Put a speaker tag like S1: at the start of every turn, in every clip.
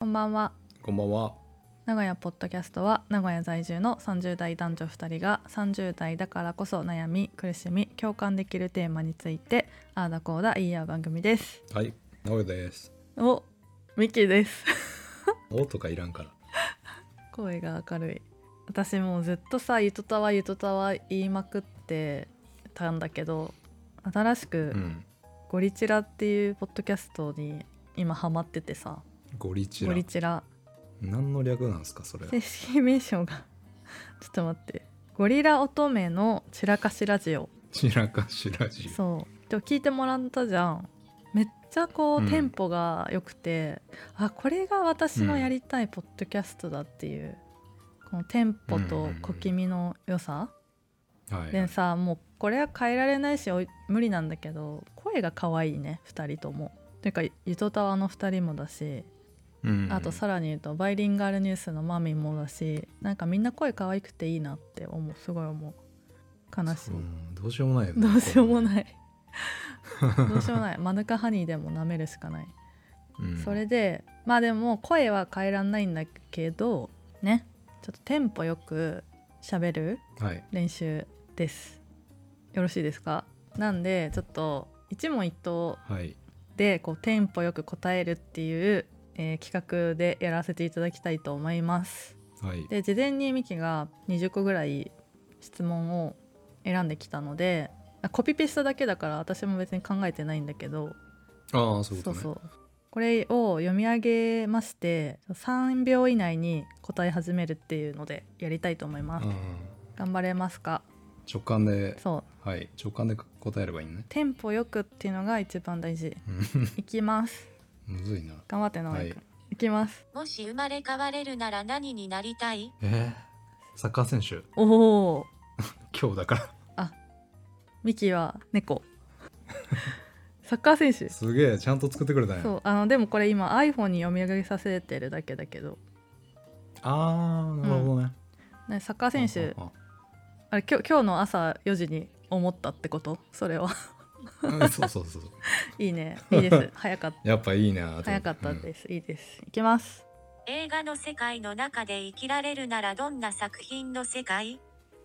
S1: んばんは。
S2: こんばんは。
S1: 名古屋ポッドキャストは名古屋在住の30代男女2人が30代だからこそ悩み苦しみ共感できるテーマについてあーだこーだ言い合う番組です。
S2: はい、名古屋です。
S1: お、ミキです
S2: おとかいらんから。
S1: 声が明るい。私もうずっとさゆとたわ言いまくってたんだけど、新しくゴリチラっていうポッドキャストに今ハマっててさ。
S2: ゴリチラ。
S1: ゴリチラ
S2: 何の略なんですかそれ。
S1: 正式名称がちょっと待って、ゴリラ乙女の散らかしラジオ。
S2: 散らかしラジオ。
S1: そうで聞いてもらったじゃん。めっちゃこう、テンポが良くて、あ、これが私のやりたいポッドキャストだっていう、このテンポと小気味の良さ、でさ、もうこれは変えられないし無理なんだけど、声が可愛いね2人とも。ていうかゆとたわの2人もだし、あとさらに言うとバイリンガルニュースのマミもだし、なんかみんな声可愛くていいなって思う。すごい思う。悲しい。
S2: どうしようもないよね。
S1: どうしようもないどうしようもない。マヌカハニーでも舐めるしかない、それでまあでも声は変えらんないんだけどね、ちょっとテンポよく喋る練習です、よろしいですか？なんでちょっと一問一答でこうテンポよく答えるっていう企画でやらせていただきたいと思います、で事前にミキが20個ぐらい質問を選んできたので、コピペしただけだから私も別に考えてないんだけど、そうこれを読み上げまして3秒以内に答え始めるっていうのでやりたいと思います。頑張れますか？
S2: 直感で。
S1: そう、
S2: はい、直感で答えればいいね。
S1: テンポよくっていうのが一番大事いきます。
S2: むずいな。
S1: 頑張ってな、いきます。
S3: もし生まれ変われるなら何になりたい？
S2: サッカー選手。
S1: おお
S2: 今日だから。
S1: あ、ミキは猫サッカー選手
S2: すげえちゃんと作ってくれたね。
S1: そう、でもこれ今 iPhone に読み上げさせてるだけだけど。
S2: なるほどね。
S1: サッカー選手、あれ今日の朝4時に思ったってこと？それは
S2: そう
S1: いいね、いいです早かった
S2: やっぱいいな。
S1: 早かったです、いいです。いきます。
S3: 映画の世界の中で生きられるならどんな作品の世界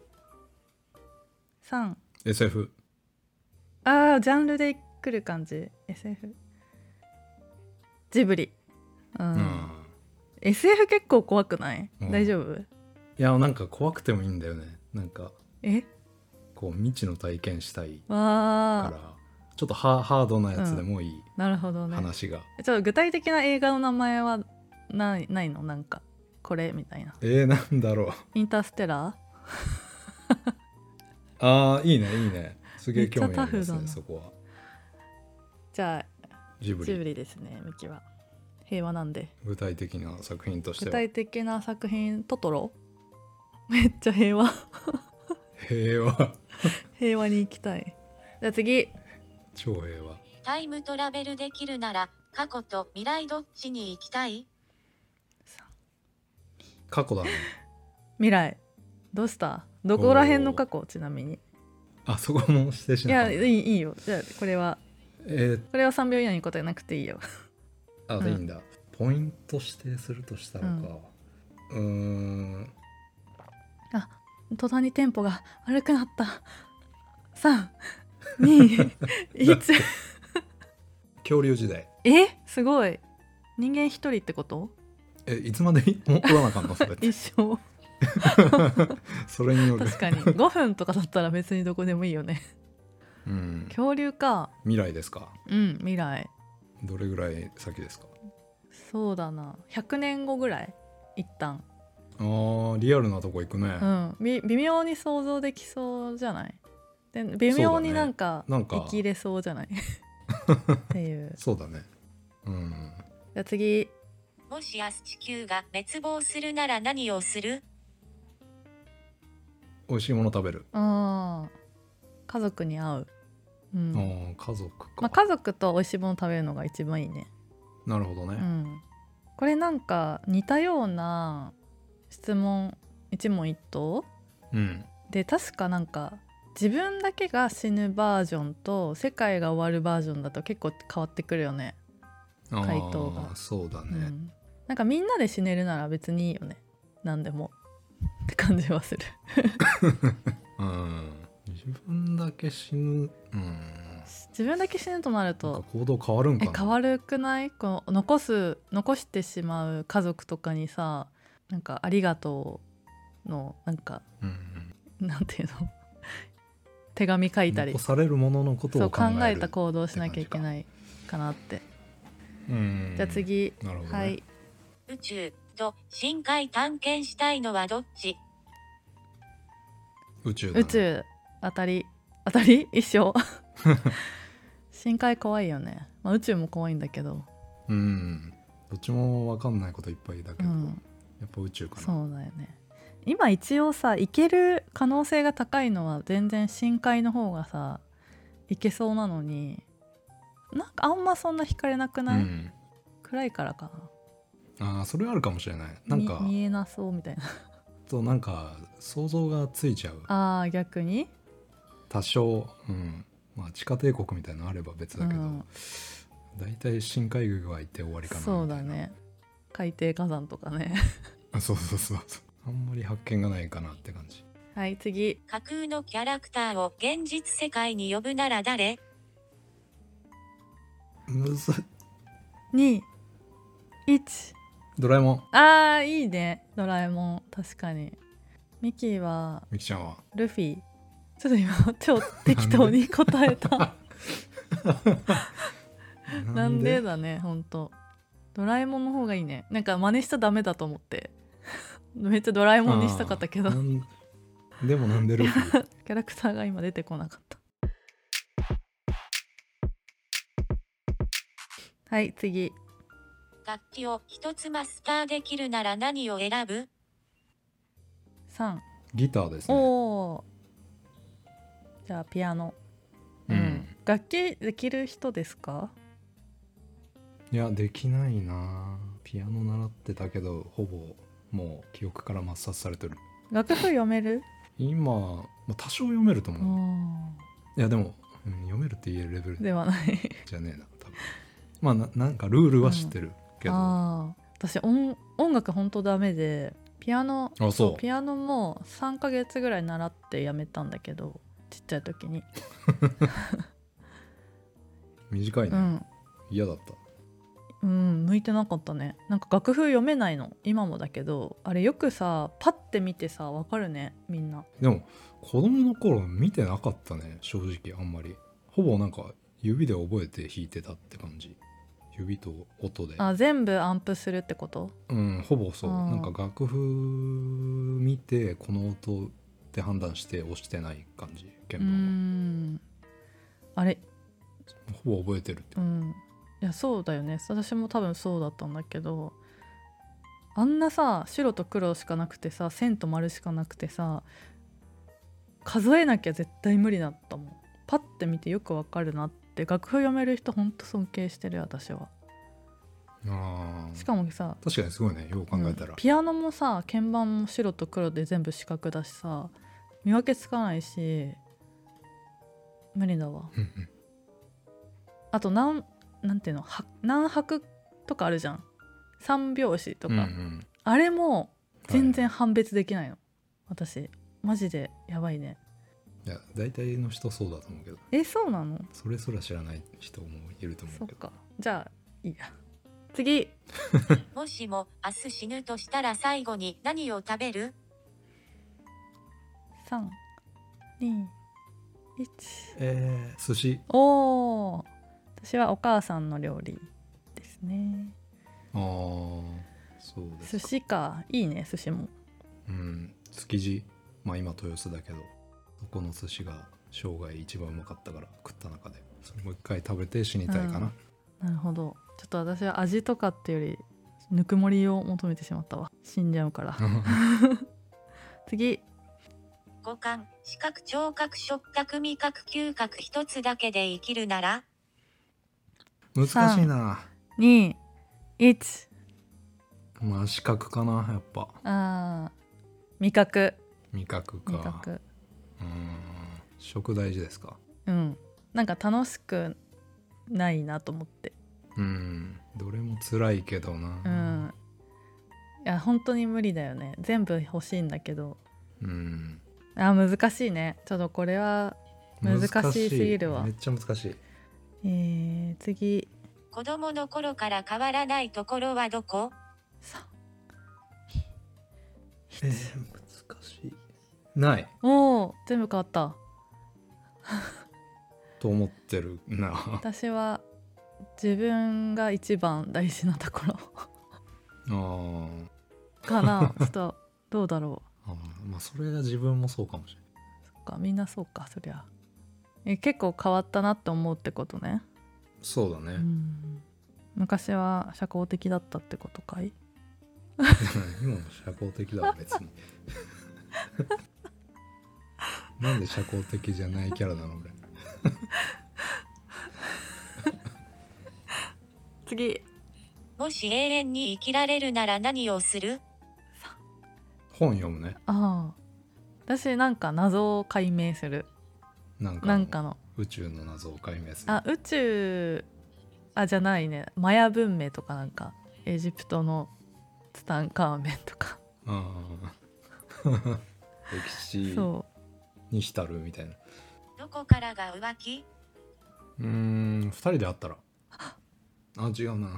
S1: ？3
S2: SF。
S1: ジャンルで来る感じ。 SF。 ジブリ。SF 結構怖くない？大丈夫？
S2: いやなんか怖くてもいいんだよね。なんかこう未知の体験したいからちょっとハードなやつでもいい、
S1: なるほどね。
S2: 話が
S1: ちょっと具体的な映画の名前はないの？なんかこれみたいな。
S2: なんだろう。
S1: インターステラ
S2: ーいいね。すげえ興味ありますねそこは。
S1: じゃあ
S2: ジブリ
S1: ですね。ミキは平和なんで。
S2: 具体的な作品としては。
S1: 具体的な作品、トトロ。めっちゃ平和平和に行きたい。じゃあ次。
S2: 超平和。
S3: タイムトラベルできるなら過去と未来どっちに行きたい？
S2: 過去だね。
S1: 未来。どうした？どこら辺の過去？ちなみに。
S2: そこも指定しなかった。
S1: いやいいよ。じゃあこれはこれは3秒以内に答えなくていいよ。
S2: いいんだ。ポイント指定するとしたらか。
S1: 途端にテンポが悪くなった。3、2、1
S2: 恐竜時代。
S1: すごい。人間一人ってこと？
S2: いつまでおらなあかんのそれって。
S1: 一生
S2: それによる。
S1: 確かに5分とかだったら別にどこでもいいよね。恐竜か。
S2: 未来ですか？
S1: 未来。
S2: どれぐらい先ですか？
S1: そうだな、100年後ぐらい。一旦
S2: リアルなとこ行くね。
S1: 微妙に想像できそうじゃない？で微妙になんか生きれそうじゃないっていう。
S2: そうだね。
S1: じゃあ次。
S3: もし明日地球が滅亡するなら何をする？
S2: 美味しいもの食べる。
S1: 家族に会う。
S2: 家族か。
S1: 家族と美味しいもの食べるのが一番いいね。
S2: なるほどね。
S1: これなんか似たような質問一問一答、で確かなんか自分だけが死ぬバージョンと世界が終わるバージョンだと結構変わってくるよね、回答が。
S2: そうだね。
S1: なんかみんなで死ねるなら別にいいよね、何でもって感じはする
S2: 自分だけ死ぬ、
S1: 自分だけ死ぬとなると
S2: 行動変わるんかな。
S1: 変わるくない？こう残してしまう家族とかにさ、なんかありがとうのなんか、なんていうの手紙書いたり、
S2: 残されるもののことを考
S1: えた行動しなきゃいけないかなって。じゃあ次、
S2: なるほどね、
S1: はい。
S3: 宇宙と深海探検したいのはどっち？
S2: 宇宙だね。
S1: 宇宙。当たり一緒深海怖いよね、まあ、宇宙も怖いんだけど、
S2: どっちも分かんないこといっぱいだけど、やっぱ宇宙かな。
S1: そうだよね。今一応さ、行ける可能性が高いのは全然深海の方がさ行けそうなのに、なんかあんまそんな惹かれなくない？暗いからか
S2: な。それはあるかもしれない。なんか
S1: 見えなそうみたいな
S2: となんか想像がついちゃう。
S1: 逆に
S2: 多少、まあ地下帝国みたいなのあれば別だけど、だいたい深海魚がいて終わりかなみたいな。
S1: そうだね、海底火山とかね
S2: そうあんまり発見がないかなって感じ。
S1: はい、次。
S3: 架空のキャラクターを現実世界に呼ぶなら誰？
S2: むずっ。
S1: 2、1。
S2: ドラえもん。
S1: いいね、ドラえもん。確かに。ミキは
S2: ミキちゃんは
S1: ルフィ。ちょっと今超適当に答えたなんでだね、ほんと。ドラえもんの方がいいね。なんか真似しちゃダメだと思ってめっちゃドラえもんにしたかったけど
S2: でもなんでルフィ
S1: キャラクターが今出てこなかった。はい、次。
S3: 楽器を一つマスターできるなら何を選ぶ
S1: ？3。
S2: ギターですね。
S1: おー、じゃあピアノ。楽器できる人ですか？
S2: いや、できないな。ピアノ習ってたけどほぼもう記憶から抹殺されてる。
S1: 楽譜読める？
S2: 今、多少読めると思う。いやでも、読めるって言えるレベル
S1: ではない
S2: じゃねえな多分。まあなんかルールは知ってるけど、
S1: 私音楽ほんとダメで、ピアノピアノも3ヶ月ぐらい習ってやめたんだけど、ちっちゃい時に
S2: 短いね、嫌だった。
S1: 向いてなかったね。なんか楽譜読めないの、今もだけど。あれよくさパッて見てさ分かるね、みんな。
S2: でも子供の頃見てなかったね、正直。あんまりほぼなんか指で覚えて弾いてたって感じ。指と音で。
S1: 全部アンプするってこと？
S2: ほぼそう。なんか楽譜見てこの音で判断して押してない感じ。鍵盤は
S1: あれ
S2: ほぼ覚えてるって。
S1: いやそうだよね、私も多分そうだったんだけど、あんなさ白と黒しかなくてさ、線と丸しかなくてさ、数えなきゃ絶対無理だったもん。パッて見てよくわかるなって。楽譜読める人ほんと尊敬してるよ私は。しかもさ、
S2: 確かにすごいね、よう考えたら、
S1: ピアノもさ鍵盤も白と黒で全部四角だしさ、見分けつかないし無理だわあとなんていうの、何拍とかあるじゃん、3拍子とか、あれも全然判別できないの、私マジでやばいね。
S2: いや大体の人そうだと思うけど。
S1: そうなの？
S2: それすら知らない人もいると思うけど。
S1: そっか、じゃあいいや。次
S3: もしも明日死ぬとしたら最後に何を食べる
S1: ？3、2、1。
S2: 寿司。
S1: 私はお母さんの料理ですね。
S2: そうですか。
S1: 寿司か、いいね寿司も。
S2: 築地、今豊洲だけど、そこの寿司が生涯一番うまかったから食った中で、それもう一回食べて死にたいかな。
S1: なるほど。ちょっと私は味とかっていうよりぬくもりを求めてしまったわ、死んじゃうから次。
S3: 五感、視覚、聴覚、触覚、味覚、嗅覚一つだけで生きるなら？
S2: 難しいな。
S1: 2、1。
S2: 視覚かな、やっぱ。
S1: 味覚
S2: か。食大事ですか？
S1: なんか楽しくないなと思って。
S2: どれも辛いけどな。
S1: や本当に無理だよね。全部欲しいんだけど。難しいね。ちょっとこれは難しすぎるわ。
S2: めっちゃ難し
S1: い。次。
S3: 子供の頃から変わらないところはどこ？
S2: 難しい。ない。
S1: 全部変わった
S2: と思ってるな。
S1: 私は自分が一番大事なところかな。ちょっとどうだろう。
S2: まあそれが自分もそうかもしれない。
S1: そっか、みんなそうか。そりゃ結構変わったなって思うってことね。
S2: そうだね。
S1: 昔は社交的だったってことかい？
S2: 今も社交的だわ別に。なんで社交的じゃないキャラなの俺。
S1: 次。
S3: もし永遠に生きられるなら何をする？
S2: 本読むね。
S1: 私なんか謎を解明する。なんかの
S2: 宇宙の謎を解明する。
S1: 宇宙じゃないね。マヤ文明とかなんかエジプトのツタンカーメンとか。
S2: 歴史に浸るみたいな。
S3: どこからが浮気
S2: ？2人で会ったら。違うな。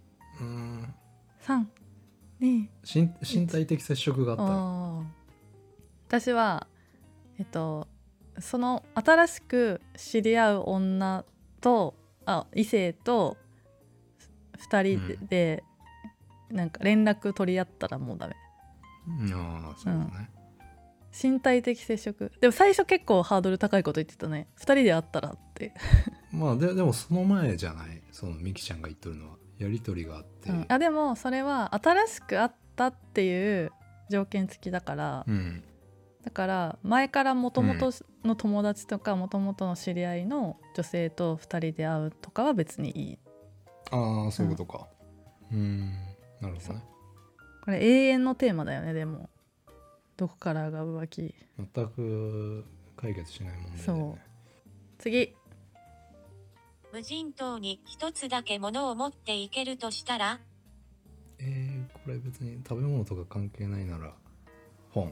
S1: 3、2、
S2: 身体的接触があった
S1: ら。私はその新しく知り合う女と異性と2人で、なんか連絡取り合ったらもうダメ。
S2: そうだね。
S1: 身体的接触でも最初結構ハードル高いこと言ってたね。2人で会ったらって
S2: まあでもその前じゃない、そのミキちゃんが言っとるのはやり取りがあって、
S1: でもそれは新しく会ったっていう条件付きだから、だから前からもともとの友達とかもともとの知り合いの女性と2人で会うとかは別にいい。
S2: そういうことか。なるほどね。
S1: これ永遠のテーマだよね。でもどこからが浮気、
S2: 全く解決しない問題だよね。
S1: 次。
S3: 無人島に一つだけ物を持っていけるとしたら？
S2: これ別に食べ物とか関係ないなら本。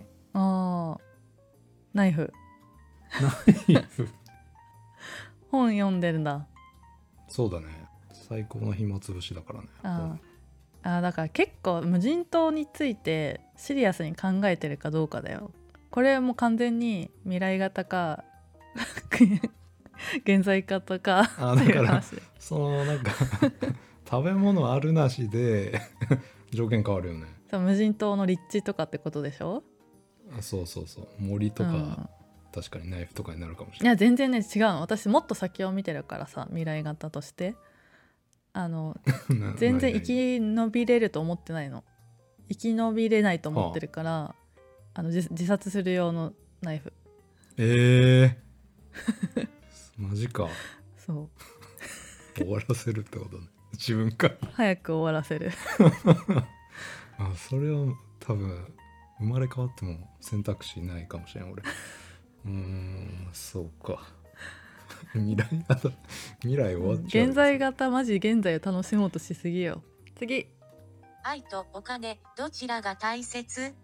S1: ナイフ。本読んでるんだ。
S2: そうだね。最高の暇つぶしだからね。
S1: だから結構無人島についてシリアスに考えてるかどうかだよ。これも完全に未来型か現在型かっていう話。
S2: そのなんか食べ物あるなしで条件変わるよね。
S1: 無人島の立地とかってことでしょ？
S2: そう森とか、確かにナイフとかになるかもしれない。
S1: いや全然ね違うの。私もっと先を見てるからさ、未来型として全然生き延びれると思ってないの。生き延びれないと思ってるから、自殺する用のナイフ。
S2: マジか。
S1: そう
S2: 終わらせるってことね。自分か
S1: 早く終わらせる。
S2: それは多分生まれ変わっても選択肢ないかもしれん俺。そうか。未来終わっちゃう。
S1: 現在型マジ現在を楽しもうとしすぎよ。次。
S3: 愛とお金どちらが大切？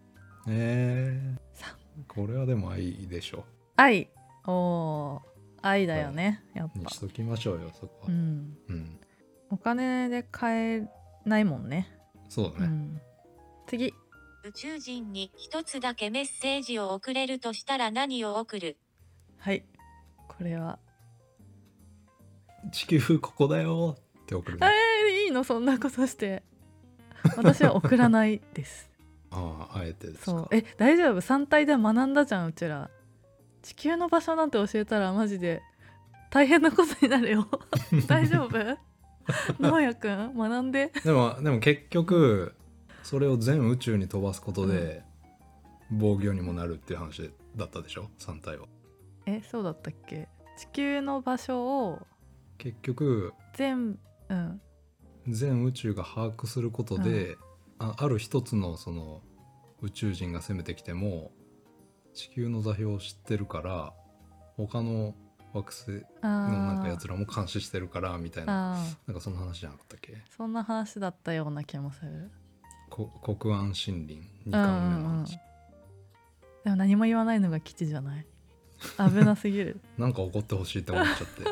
S2: これはでも愛でしょ。
S1: 愛。愛だよね、やっぱ。
S2: にしときましょうよそこは。
S1: お金で買えないもんね。
S2: そうだね。
S1: 次。
S3: 宇宙人に一つだけメッセージを送れるとしたら何を送る？
S1: はい、これは
S2: 地球ここだよって送るね。
S1: いいのそんなことして。私は送らないです。
S2: あえてですか？
S1: 大丈夫？3体で学んだじゃんうちら。地球の場所なんて教えたらマジで大変なことになるよ。大丈夫？直也くん学んで。
S2: でも結局それを全宇宙に飛ばすことで防御にもなるっていう話だったでしょ3体は。
S1: そうだったっけ？地球の場所を
S2: 結局全宇宙が把握することで、ある一つのその宇宙人が攻めてきても地球の座標を知ってるから他の惑星のなんかやつらも監視してるからみたいな、なんかそんな話じゃなかったっけ？
S1: そんな話だったような気もする。
S2: 国安森林2巻目の話、
S1: でも何も言わないのが基地じゃない？危なすぎる
S2: なんか怒ってほしいって思っちゃって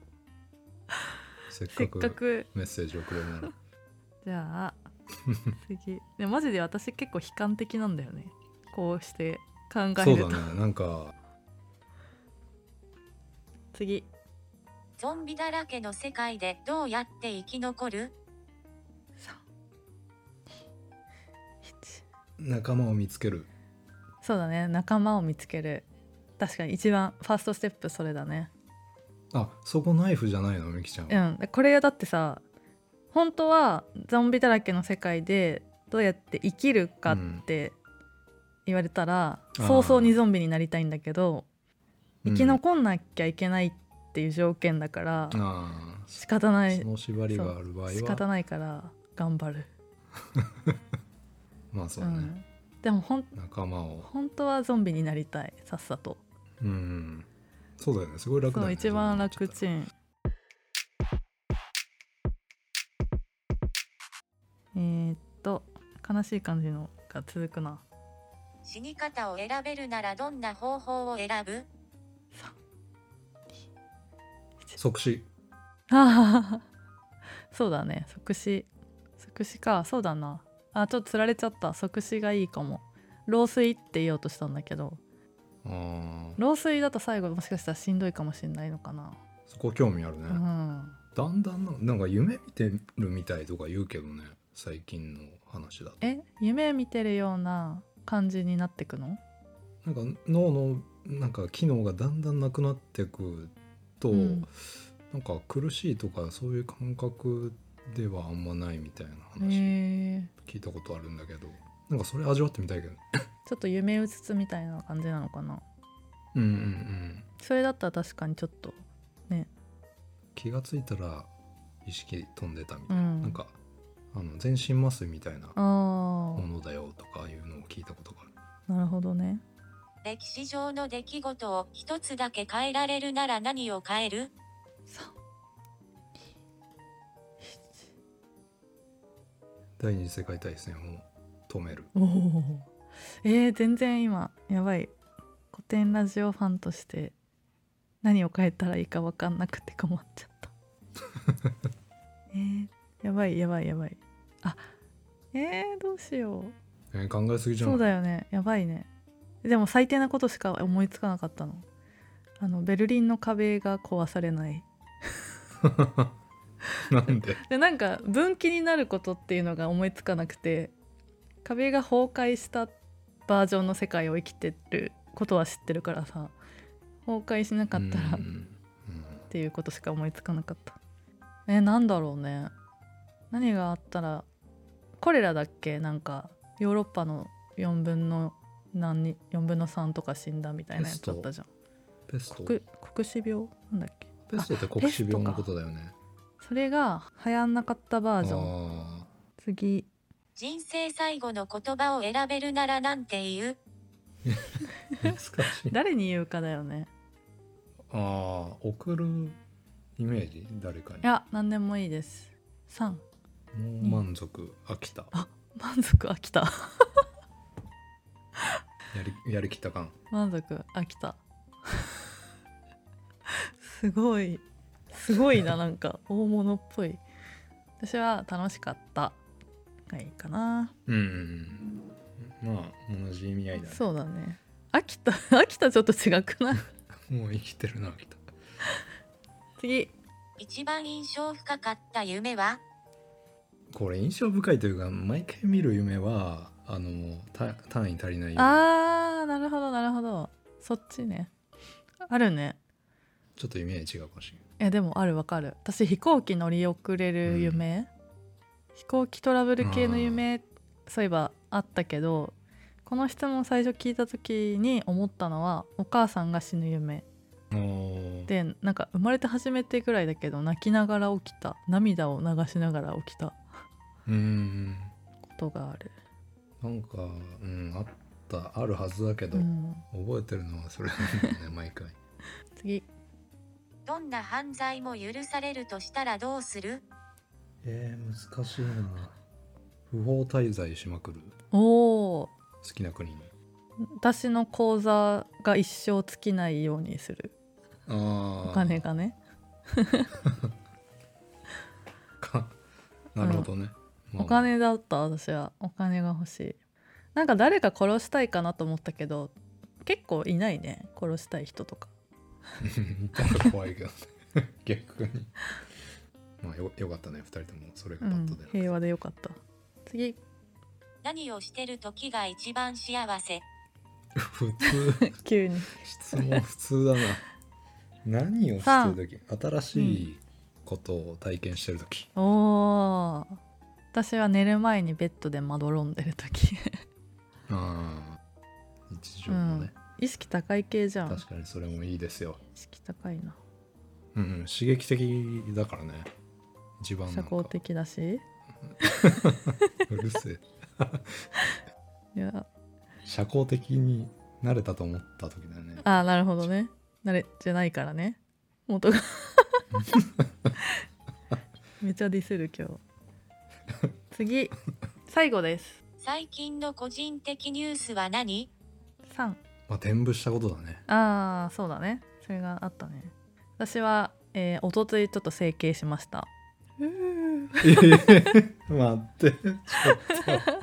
S2: せっかくメッセージ送れるなら
S1: じゃあ次でマジで私結構悲観的なんだよね、こうして考えると。
S2: そうだね、なんか
S1: 次、
S3: ゾンビだらけの世界でどうやって生き残る？
S2: 仲間を見つける。
S1: そうだね、仲間を見つける。確かに一番ファーストステップそれだね。
S2: あ、そこナイフじゃないのみきちゃん。
S1: これだってさ、本当はゾンビだらけの世界でどうやって生きるかって言われたら、早々にゾンビになりたいんだけど、生き残んなきゃいけないっていう条件だから、仕方ない。
S2: その縛りがある場合は
S1: 仕方ないから頑張る
S2: まあそうだね、
S1: でも
S2: 仲間を
S1: 本当はゾンビになりたい、さっさと。
S2: そうだよね、すごい楽だよね。
S1: そう、一番楽ちん。悲しい感じのが続くな。
S3: 死に方を選べるならどんな方法を選ぶ？
S2: 即死。
S1: そうだね、即死か。そうだな。ちょっとつられちゃった。即死がいいかも。老衰って言おうとしたんだけど、老衰だと最後もしかしたらしんどいかもしれないのかな。
S2: そこ興味あるね、だんだんなんか夢見てるみたいとか言うけどね、最近の話だと。
S1: 夢見てるような感じになってくの？
S2: なんか脳のなんか機能がだんだんなくなってくと、なんか苦しいとかそういう感覚ではあんまないみたいな話聞いたことあるんだけど、なんかそれ味わってみたいけど
S1: ちょっと夢うつつみたいな感じなのかな。それだったら確かにちょっとね、
S2: 気がついたら意識飛んでたみたいな、なんか全身麻酔みたいなものだよとかいうのを聞いたことがある。
S1: なるほどね。
S3: 歴史上の出来事を一つだけ変えられるなら何を変える？
S2: 第二次世界大戦を止める。
S1: 全然今やばい、古典ラジオファンとして何を変えたらいいか分かんなくて困っちゃったやばい。どうしよう。
S2: 考えすぎじゃない？
S1: そうだよね、やばいね。でも最低なことしか思いつかなかったの。ベルリンの壁が壊されない
S2: なんで
S1: なんか分岐になることっていうのが思いつかなくて、壁が崩壊したバージョンの世界を生きてることは知ってるからさ、崩壊しなかったらっていうことしか思いつかなかった。なんだろうね。何があったら、コレラだっけ？なんかヨーロッパの4分の3とか死んだみたいなやつだったじゃん。
S2: ペスト？
S1: 黒死病なんだっけ？
S2: ペストって黒死病のことだよね。
S1: それが流行んなかったバージョン。次、
S3: 人生最後の言葉を選べるならなんて言う？
S2: 難しい。
S1: 誰に言うかだよね。
S2: 送るイメージ、誰かに。
S1: いや、何でもいいです。3、
S2: もう満足、飽きた。
S1: 満足飽きた
S2: やりきった感。
S1: 満足飽きたすごいな、なんか大物っぽい。私は楽しかったがいいかな。
S2: まあ同じ意味合いだね。
S1: そうだね。飽きたちょっと違くない
S2: もう生きてるな、飽きた。
S1: 次、
S3: 一番印象深かった夢は？
S2: これ印象深いというか、毎回見る夢は単位足りない夢。
S1: なるほど、そっちね。あるね。
S2: ちょっと意味合い違うかもしれない。
S1: でもわかる。私飛行機乗り遅れる夢、飛行機トラブル系の夢、そういえばあったけど、この質問最初聞いた時に思ったのは、お母さんが死ぬ夢で、なんか生まれて初めてぐらいだけど泣きながら起きた、涙を流しながら起きたことがある。
S2: なんかあるはずだけど、覚えてるのはそれなんだよね毎回。
S1: 次、
S3: どんな犯罪も許されるとしたらどうする？
S2: 難しいな。 不法滞在しまくる。
S1: おー、
S2: 好きな国に。
S1: 私の口座が一生尽きないようにする。
S2: あ
S1: お金がね
S2: なるほどね、
S1: お金だった。私はお金が欲しい。なんか誰か殺したいかなと思ったけど結構いないね、殺したい人とか
S2: いたら怖いけどね逆に。まあ よかったね、2人ともそれがパッとで、
S1: 平和でよかった。次。
S3: 何をしてる時が一番幸せ？
S2: 普通
S1: 急に
S2: 質問普通だな。何をしてる時、新しいことを体験してる時。
S1: おー、私は寝る前にベッドでまどろんでる時
S2: ああ、日常のね、
S1: 意識高い系じゃん。
S2: 確かにそれもいいですよ。
S1: 意識高いな。
S2: 刺激的だからね、一番なんか
S1: 社交的だし
S2: うるせえ
S1: いや、
S2: 社交的になれたと思った時だよね。
S1: ああ、なるほどね。慣れじゃないからね、元がめっちゃディスる今日次、最後です。
S3: 最近の個人的ニュースは何
S1: 3。
S2: まあ転部したことだね。
S1: ああ、そうだね、それがあったね。私は、一昨日ちょっと整形しました。
S2: 待ってちょっと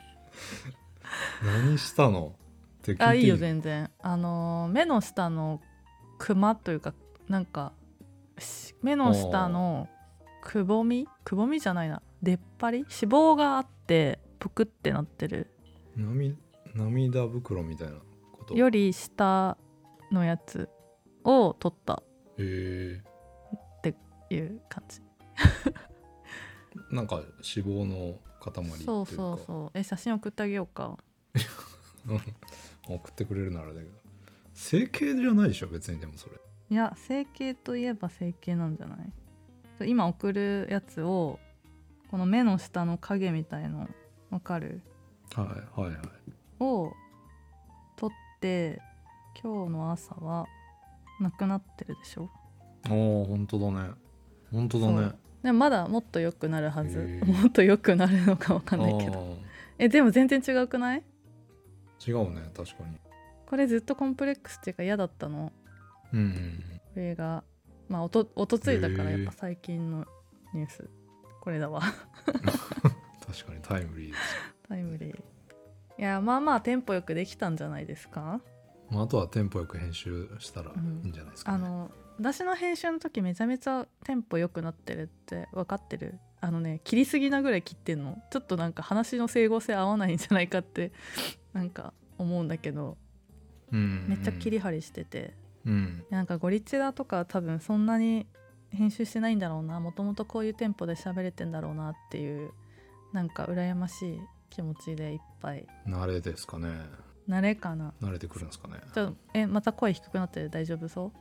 S2: 何したのって聞いていい？
S1: あ、いいよ全然。目の下のクマというか、なんか目の下のくぼみじゃないな、出っ張り、脂肪があってぷくってなってる。
S2: 涙袋みたいなこと
S1: より下のやつを取ったっていう感じ。
S2: なんか脂肪の塊っていうか。
S1: そうそうそう。写真送ってあげようか
S2: 送ってくれるならだけど、整形じゃないでしょ別に。でもそれ、
S1: いや、整形といえば整形なんじゃない？今送るやつを、この目の下の影みたいのわかる？
S2: はいはいはい。
S1: を取って、今日の朝はなくなってるでしょ。
S2: おー、本当だね、本当だね。
S1: でもまだもっと良くなるはず。もっと良くなるのかわかんないけど。でも全然違うくない？
S2: 違うね、確かに。
S1: これずっとコンプレックスっていうか嫌だったの。これがまあおとついだから、やっぱ最近のニュースこれだわ
S2: 確かにタイムリーです。
S1: タイムリー。いや、まあまあテンポよくできたんじゃないですか。
S2: あとはテンポよく編集したらいいんじゃないですか、ね。
S1: 私の編集の時めちゃめちゃテンポ良くなってるって分かってる？切りすぎなぐらい切ってんの。ちょっとなんか話の整合性合わないんじゃないかってなんか思うんだけど、めっちゃ切り張りしてて、なんかゴリチラとか多分そんなに編集してないんだろうな、もともとこういうテンポで喋れてんだろうなっていう、なんか羨ましい気持ちでいっぱい。
S2: 慣れですかね。
S1: 慣れかな。
S2: 慣れてくるんですかね。
S1: また声低くなってる？大丈夫そう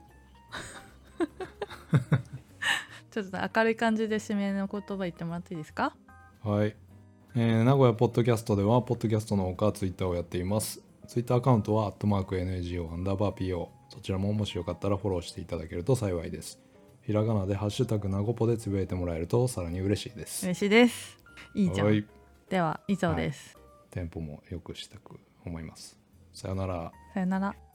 S1: ちょっと明るい感じで締めの言葉言ってもらっていいですか？
S2: はい、名古屋ポッドキャストではポッドキャストのほかツイッターをやっています。ツイッターアカウントは@NGO_PO、そちらももしよかったらフォローしていただけると幸いです。ひらがなでハッシュタグなごぽでつぶやいてもらえるとさらに嬉しいです。
S1: 嬉しいです。いいじゃん。
S2: はい、
S1: では以上です。
S2: テンポもよくしたく思います。さよなら。
S1: さよなら。